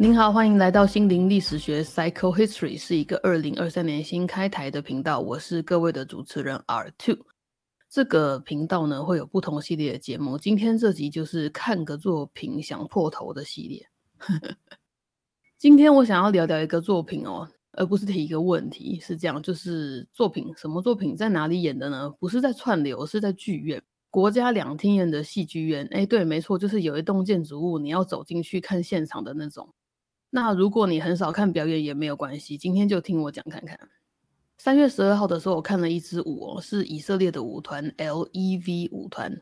您好，欢迎来到心灵历史学 Psycho History， 是一个2023年新开台的频道，我是各位的主持人 R2。这个频道呢会有不同系列的节目，今天这集就是看个作品想破头的系列。今天我想要聊聊一个作品哦，而不是提一个问题，是这样，就是作品什么作品在哪里演的呢？不是在串流，是在剧院。国家两厅院的戏剧院，对，没错，就是有一栋建筑物，你要走进去看现场的那种。那如果你很少看表演也没有关系，今天就听我讲看看。3月12号的时候，我看了一支舞是以色列的舞团 LEV 舞团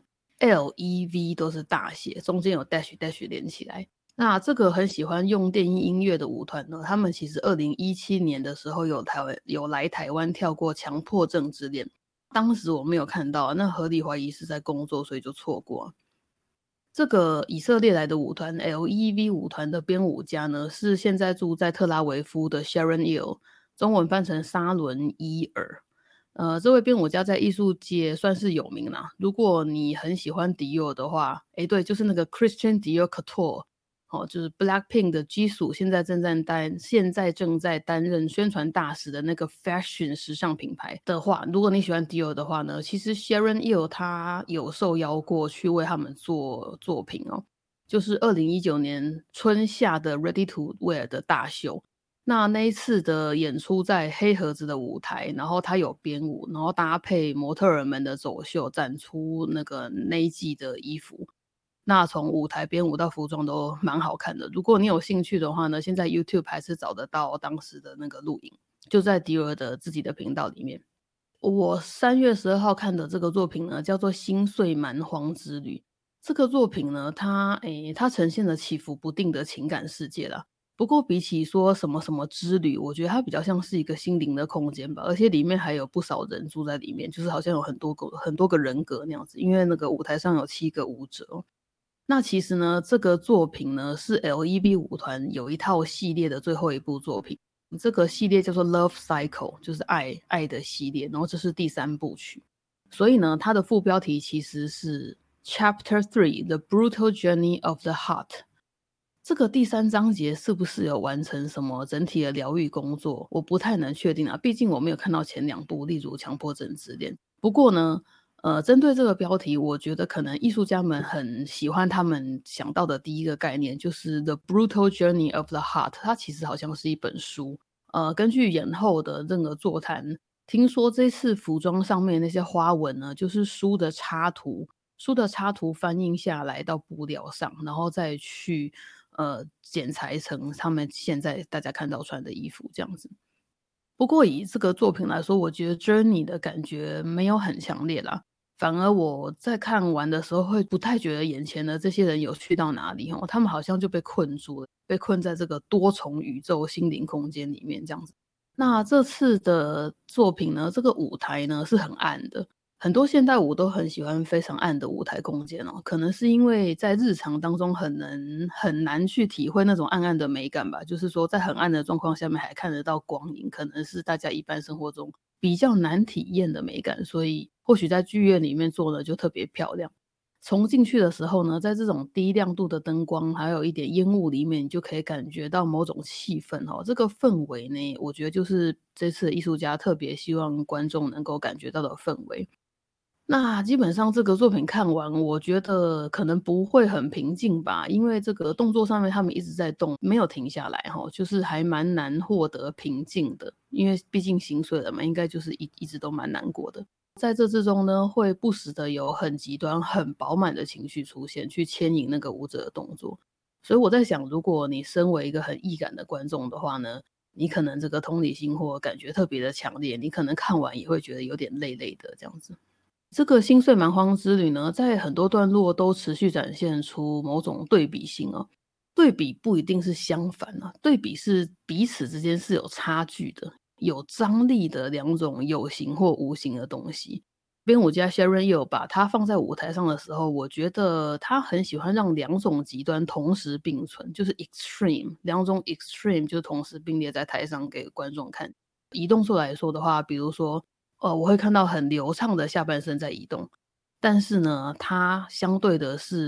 ，LEV 都是大写，中间有 dash 连起来。那这个很喜欢用电音乐的舞团呢，他们其实2017年的时候有来台湾跳过强迫症之恋，当时我没有看到，那合理怀疑是在工作，所以就错过。这个以色列来的舞团 LEV 舞团的编舞家呢，是现在住在特拉维夫的 Sharon Eel， 中文翻成沙伦伊尔。这位编舞家在艺术界算是有名啦。如果你很喜欢迪奥的话，对，就是那个 Christian Dior Couture，就是 Blackpink 的基础，现在正在担任宣传大使的那个 fashion 时尚品牌的话，如果你喜欢 Dior 的话呢，其实 Sharon Eel 他有受邀过去为他们做作品哦，就是2019年春夏的 Ready to Wear 的大秀。那一次的演出在黑盒子的舞台，然后他有编舞，然后搭配模特儿们的走秀，展出那一季的衣服。那从舞台编舞到服装都蛮好看的。如果你有兴趣的话呢，现在 YouTube 还是找得到当时的那个录影，就在迪尔的自己的频道里面。我3月12号看的这个作品呢，叫做《心碎蛮荒之旅》。这个作品呢，它呈现了起伏不定的情感世界啦。不过比起说什么什么之旅，我觉得它比较像是一个心灵的空间吧，而且里面还有不少人住在里面，就是好像有很多个人格那样子，因为那个舞台上有7个舞者。那其实呢，这个作品呢是 LEV 舞团有一套系列的最后一部作品，这个系列叫做 Love Cycle， 就是爱的系列，然后这是第3部曲。所以呢，它的副标题其实是 Chapter 3 The Brutal Journey of the Heart。这个第3章节是不是有完成什么整体的疗愈工作，我不太能确定啊，毕竟我没有看到前2部，例如强迫症之恋。不过呢，针对这个标题，我觉得可能艺术家们很喜欢他们想到的第一个概念，就是 The Brutal Journey of the Heart， 它其实好像是一本书。根据演后的这个座谈，听说这次服装上面那些花纹呢，就是书的插图翻印下来到布料上，然后再去剪裁成他们现在大家看到穿的衣服这样子。不过以这个作品来说，我觉得 Journey 的感觉没有很强烈啦，反而我在看完的时候会不太觉得眼前的这些人有去到哪里哦，他们好像就被困住了，被困在这个多重宇宙心灵空间里面这样子。那这次的作品呢，这个舞台呢是很暗的，很多现代舞都很喜欢非常暗的舞台空间哦，可能是因为在日常当中很难去体会那种暗暗的美感吧。就是说在很暗的状况下面还看得到光影，可能是大家一般生活中比较难体验的美感，所以或许在剧院里面做的就特别漂亮。从进去的时候呢，在这种低亮度的灯光，还有一点烟雾里面，你就可以感觉到某种气氛哦。这个氛围呢，我觉得就是这次艺术家特别希望观众能够感觉到的氛围。那基本上这个作品看完，我觉得可能不会很平静吧，因为这个动作上面他们一直在动，没有停下来哈，就是还蛮难获得平静的，因为毕竟心碎了嘛，应该就是一直都蛮难过的。在这之中呢，会不时的有很极端、很饱满的情绪出现，去牵引那个舞者的动作。所以我在想，如果你身为一个很易感的观众的话呢，你可能这个同理心或感觉特别的强烈，你可能看完也会觉得有点累累的这样子。这个心碎蛮荒之旅呢，在很多段落都持续展现出某种对比性哦。对比不一定是相反啊，对比是彼此之间是有差距的，有张力的2种有形或无形的东西。编舞家 Sharon 也有把它放在舞台上的时候，我觉得他很喜欢让2种极端同时并存，就是 extreme， 2种 extreme 就是同时并列在台上给观众看。移动数来说的话，比如说我会看到很流畅的下半身在移动，但是呢，它相对的是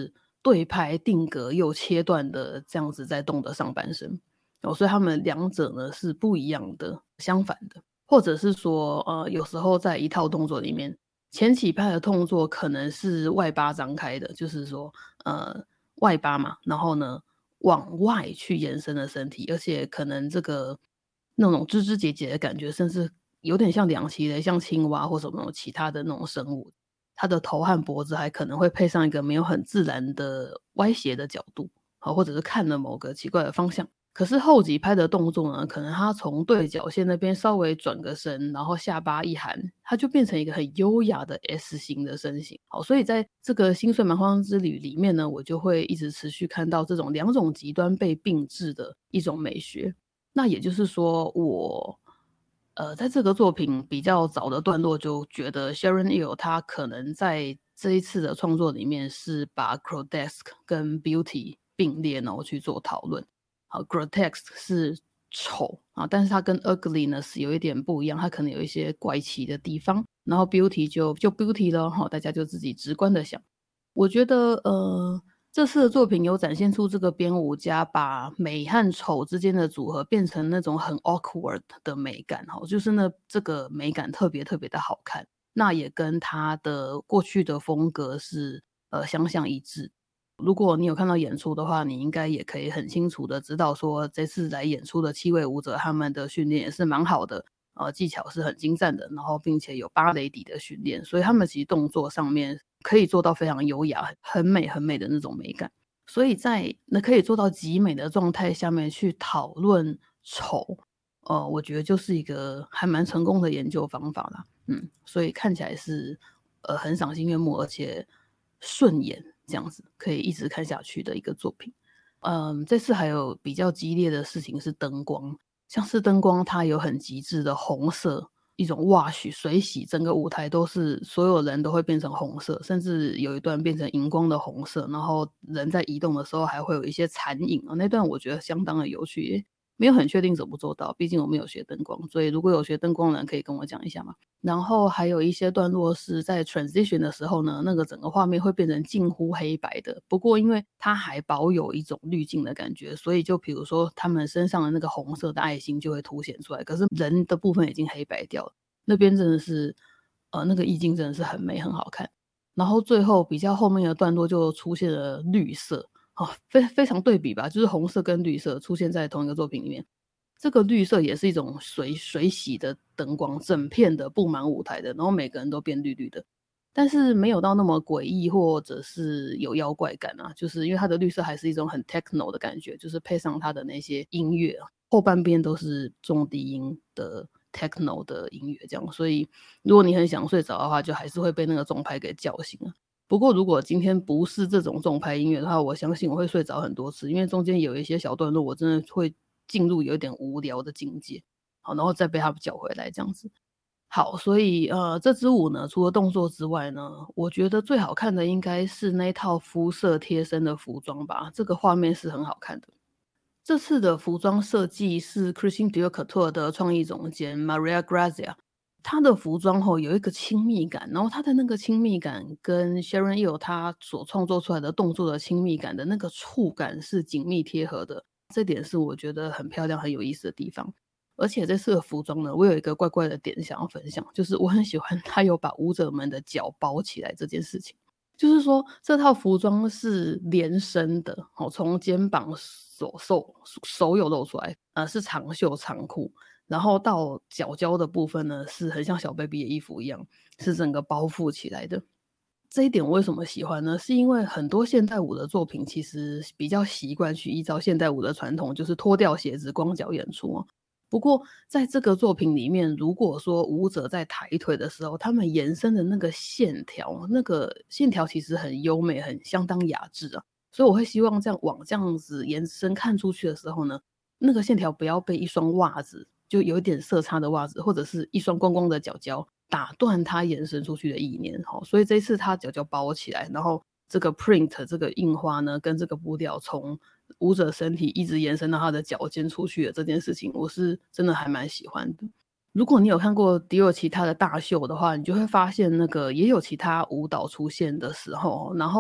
对拍定格又切断的这样子在动的上半身。所以他们两者呢是不一样的，相反的。或者是说有时候在一套动作里面，前几拍的动作可能是外八张开的，就是说外八嘛，然后呢往外去延伸的身体，而且可能这个那种枝枝节节的感觉，甚至有点像两栖类，像青蛙或什么其他的那种生物，它的头和脖子还可能会配上一个没有很自然的歪斜的角度，或者是看了某个奇怪的方向。可是后几拍的动作呢，可能他从对角线那边稍微转个身，然后下巴一含，它就变成一个很优雅的 S 型的身形。好，所以在这个心碎蛮荒之旅里面呢，我就会一直持续看到这种两种极端被并置的一种美学。那也就是说，我在这个作品比较早的段落就觉得 Sharon Eel 他可能在这一次的创作里面是把 grotesque 跟 beauty 并列，然后去做讨论。好 grotesque 是丑啊，但是它跟 ugliness 有一点不一样，它可能有一些怪奇的地方。然后 beauty 就 beauty 了哈，大家就自己直观的想。我觉得这次的作品有展现出这个编舞家把美和丑之间的组合变成那种很 awkward 的美感，就是这个美感特别特别的好看。那也跟他的过去的风格是相像一致。如果你有看到演出的话，你应该也可以很清楚的知道说，这次来演出的7位舞者他们的训练也是蛮好的，技巧是很精湛的，然后并且有芭蕾底的训练，所以他们其实动作上面可以做到非常优雅、很美很美的那种美感。所以在那可以做到极美的状态下面去讨论丑，我觉得就是一个还蛮成功的研究方法啦。所以看起来是很赏心悦目，而且顺眼，这样子可以一直看下去的一个作品。这次还有比较激烈的事情是灯光，像是灯光它有很极致的红色，一种wash水洗，整个舞台都是所有人都会变成红色，甚至有一段变成荧光的红色，然后人在移动的时候还会有一些残影，那段我觉得相当的有趣，没有很确定怎么做到，毕竟我没有学灯光，所以如果有学灯光的人可以跟我讲一下嘛。然后还有一些段落是在 transition 的时候呢，那个整个画面会变成近乎黑白的，不过因为它还保有一种滤镜的感觉，所以就比如说他们身上的那个红色的爱心就会凸显出来，可是人的部分已经黑白掉了，那边真的是那个意境真的是很美很好看。然后最后比较后面的段落就出现了绿色，非常对比吧，就是红色跟绿色出现在同一个作品里面。这个绿色也是一种水洗的灯光，整片的布满舞台的，然后每个人都变绿绿的，但是没有到那么诡异或者是有妖怪感啊，就是因为它的绿色还是一种很 techno 的感觉，就是配上它的那些音乐，后半边都是重低音的 techno 的音乐，这样，所以如果你很想睡着的话，就还是会被那个重拍给叫醒了。不过如果今天不是这种重拍音乐的话，我相信我会睡着很多次，因为中间有一些小段落我真的会进入有一点无聊的境界，好，然后再被他叫回来这样子。好，所以这支舞呢，除了动作之外呢，我觉得最好看的应该是那套肤色贴身的服装吧，这个画面是很好看的。这次的服装设计是 Christian Dior Couture 的创意总监 Maria Grazia，她的服装有一个亲密感，然后她的那个亲密感跟 Sharon Eel 她所创作出来的动作的亲密感的那个触感是紧密贴合的，这点是我觉得很漂亮很有意思的地方。而且这次的服装呢，我有一个怪怪的点想要分享，就是我很喜欢他有把舞者们的脚包起来这件事情。就是说这套服装是连身的，从肩膀手有露出来，是长袖长裤，然后到脚胶的部分呢，是很像小 baby 的衣服一样，是整个包覆起来的。这一点我为什么喜欢呢？是因为很多现代舞的作品其实比较习惯去依照现代舞的传统，就是脱掉鞋子光脚演出。不过在这个作品里面，如果说舞者在抬腿的时候，他们延伸的那个线条，那个线条其实很优美，很相当雅致啊。所以我会希望往这样子延伸看出去的时候呢，那个线条不要被一双袜子，就有一点色差的袜子，或者是一双光光的脚胶打断它延伸出去的意念。所以这次他脚胶包起来，然后这个 print 这个印花呢，跟这个布料从舞者身体一直延伸到他的脚尖出去的这件事情，我是真的还蛮喜欢的。如果你有看过迪奥其他的大秀的话，你就会发现那个也有其他舞蹈出现的时候，然后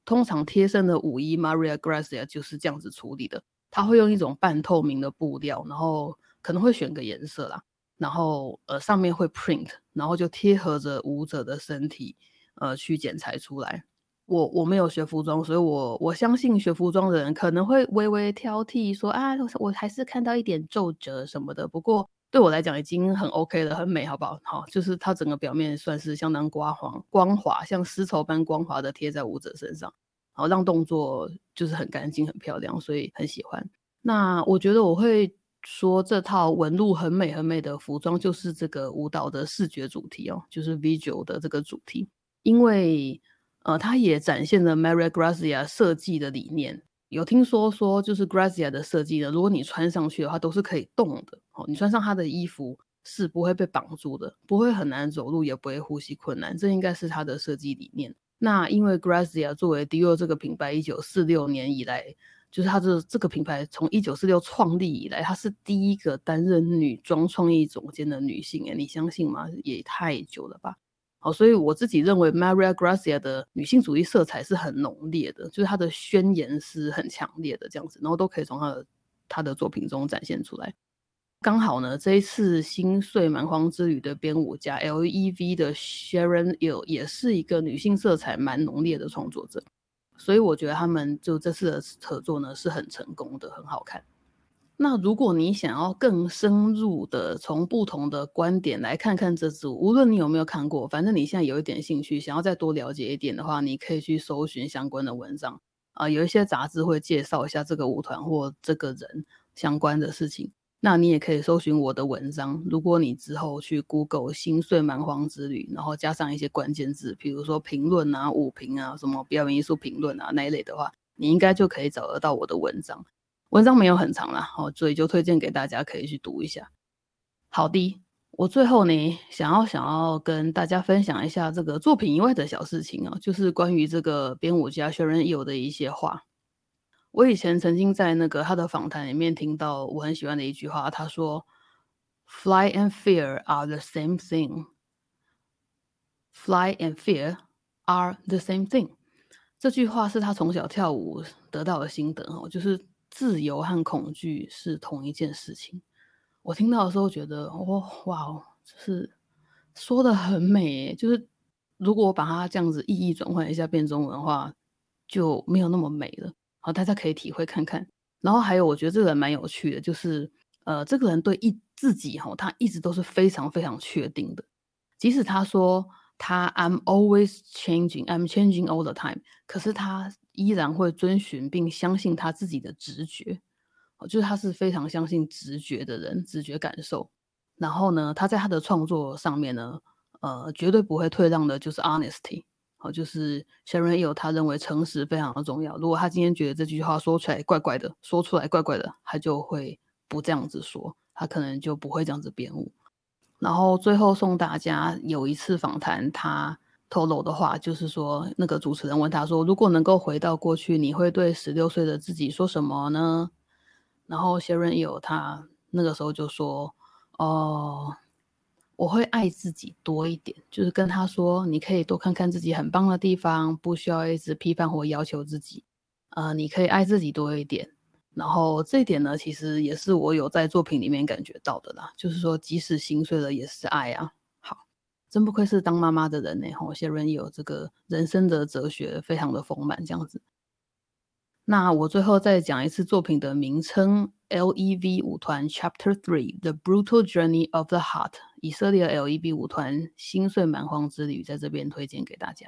通常贴身的舞衣 Maria Grazia 就是这样子处理的，他会用一种半透明的布料，然后可能会选个颜色啦，然后上面会 print， 然后就贴合着舞者的身体去剪裁出来。我没有学服装，所以我相信学服装的人可能会微微挑剔说啊，我还是看到一点皱褶什么的，不过对我来讲已经很 OK 了，很美，好不好？好，就是它整个表面算是相当光滑，像丝绸般光滑的贴在舞者身上，好让动作就是很干净很漂亮，所以很喜欢。那我觉得我会说这套纹路很美很美的服装就是这个舞蹈的视觉主题哦，就是 visual 的这个主题，因为它也展现了 Maria Grazia 设计的理念。有听说就是 Grazia 的设计呢，如果你穿上去的话都是可以动的，你穿上她的衣服是不会被绑住的，不会很难走路，也不会呼吸困难，这应该是她的设计理念。那因为 Grazia 作为 Dior 这个品牌1946年以来，就是它这个品牌从1946创立以来，她是第一个担任女装创意总监的女性，你相信吗？也太久了吧。好，所以我自己认为 Maria Grazia 的女性主义色彩是很浓烈的，就是她的宣言是很强烈的这样子，然后都可以从她的作品中展现出来。刚好呢，这一次心碎蛮荒之旅的编舞家 LEV 的 Sharon Hill 也是一个女性色彩蛮浓烈的创作者，所以我觉得他们就这次的合作呢是很成功的，很好看。那如果你想要更深入的从不同的观点来看看这支舞，无论你有没有看过，反正你现在有一点兴趣，想要再多了解一点的话，你可以去搜寻相关的文章有一些杂志会介绍一下这个舞团或这个人相关的事情。那你也可以搜寻我的文章，如果你之后去 Google 心碎蛮荒之旅，然后加上一些关键字，比如说评论啊、舞评啊、什么表演艺术评论啊那一类的话，你应该就可以找得到我的文章。文章没有很长啦，所以就推荐给大家可以去读一下。好的，我最后呢想要跟大家分享一下这个作品以外的小事情就是关于这个编舞家 Sharon Hill 的一些话。我以前曾经在那个他的访谈里面听到我很喜欢的一句话，他说 Fly and fear are the same thing. Fly and fear are the same thing. 这句话是他从小跳舞得到的心得就是自由和恐惧是同一件事情。我听到的时候觉得哇，就是说得很美耶，就是如果我把它这样子意义转换一下变中文的话，就没有那么美了。好，大家可以体会看看。然后还有我觉得这个人蛮有趣的，就是这个人对自己他一直都是非常非常确定的。即使他说他 I'm always changing, I'm changing all the time， 可是他依然会遵循并相信他自己的直觉。就是他是非常相信直觉的人，直觉感受。然后呢，他在他的创作上面呢，绝对不会退让的，就是 honesty。就是 Sharon Hill 他认为诚实非常的重要。如果他今天觉得这句话说出来怪怪的，他就会不这样子说，他可能就不会这样子编舞。然后最后送大家有一次访谈，他透露的话就是说，那个主持人问他说，如果能够回到过去，你会对16岁的自己说什么呢？然后 Sharon Hill 他那个时候就说我会爱自己多一点，就是跟他说你可以多看看自己很棒的地方，不需要一直批判或要求自己你可以爱自己多一点。然后这一点呢，其实也是我有在作品里面感觉到的啦，就是说即使心碎了也是爱啊。好，真不愧是当妈妈的人Sharon Hill这个人生的哲学非常的丰满这样子。那我最后再讲一次作品的名称 LEV 舞团 Chapter 3 The Brutal Journey of the Heart， 以色列 LEV 舞团心碎蛮荒之旅在这边推荐给大家。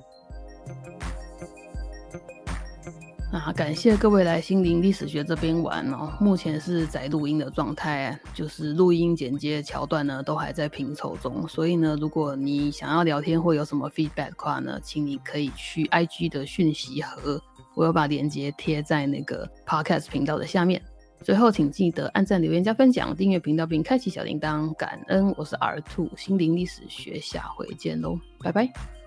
感谢各位来心灵历史学这边玩目前是在录音的状态，就是录音剪接桥段呢都还在拼凑中，所以呢如果你想要聊天或有什么 feedback 的话呢，请你可以去 IG 的讯息盒，我有把连结贴在那个 podcast 频道的下面。最后请记得按赞留言加分享，订阅频道并开启小铃铛，感恩。我是 R2 心灵历史学，下回见咯，拜拜。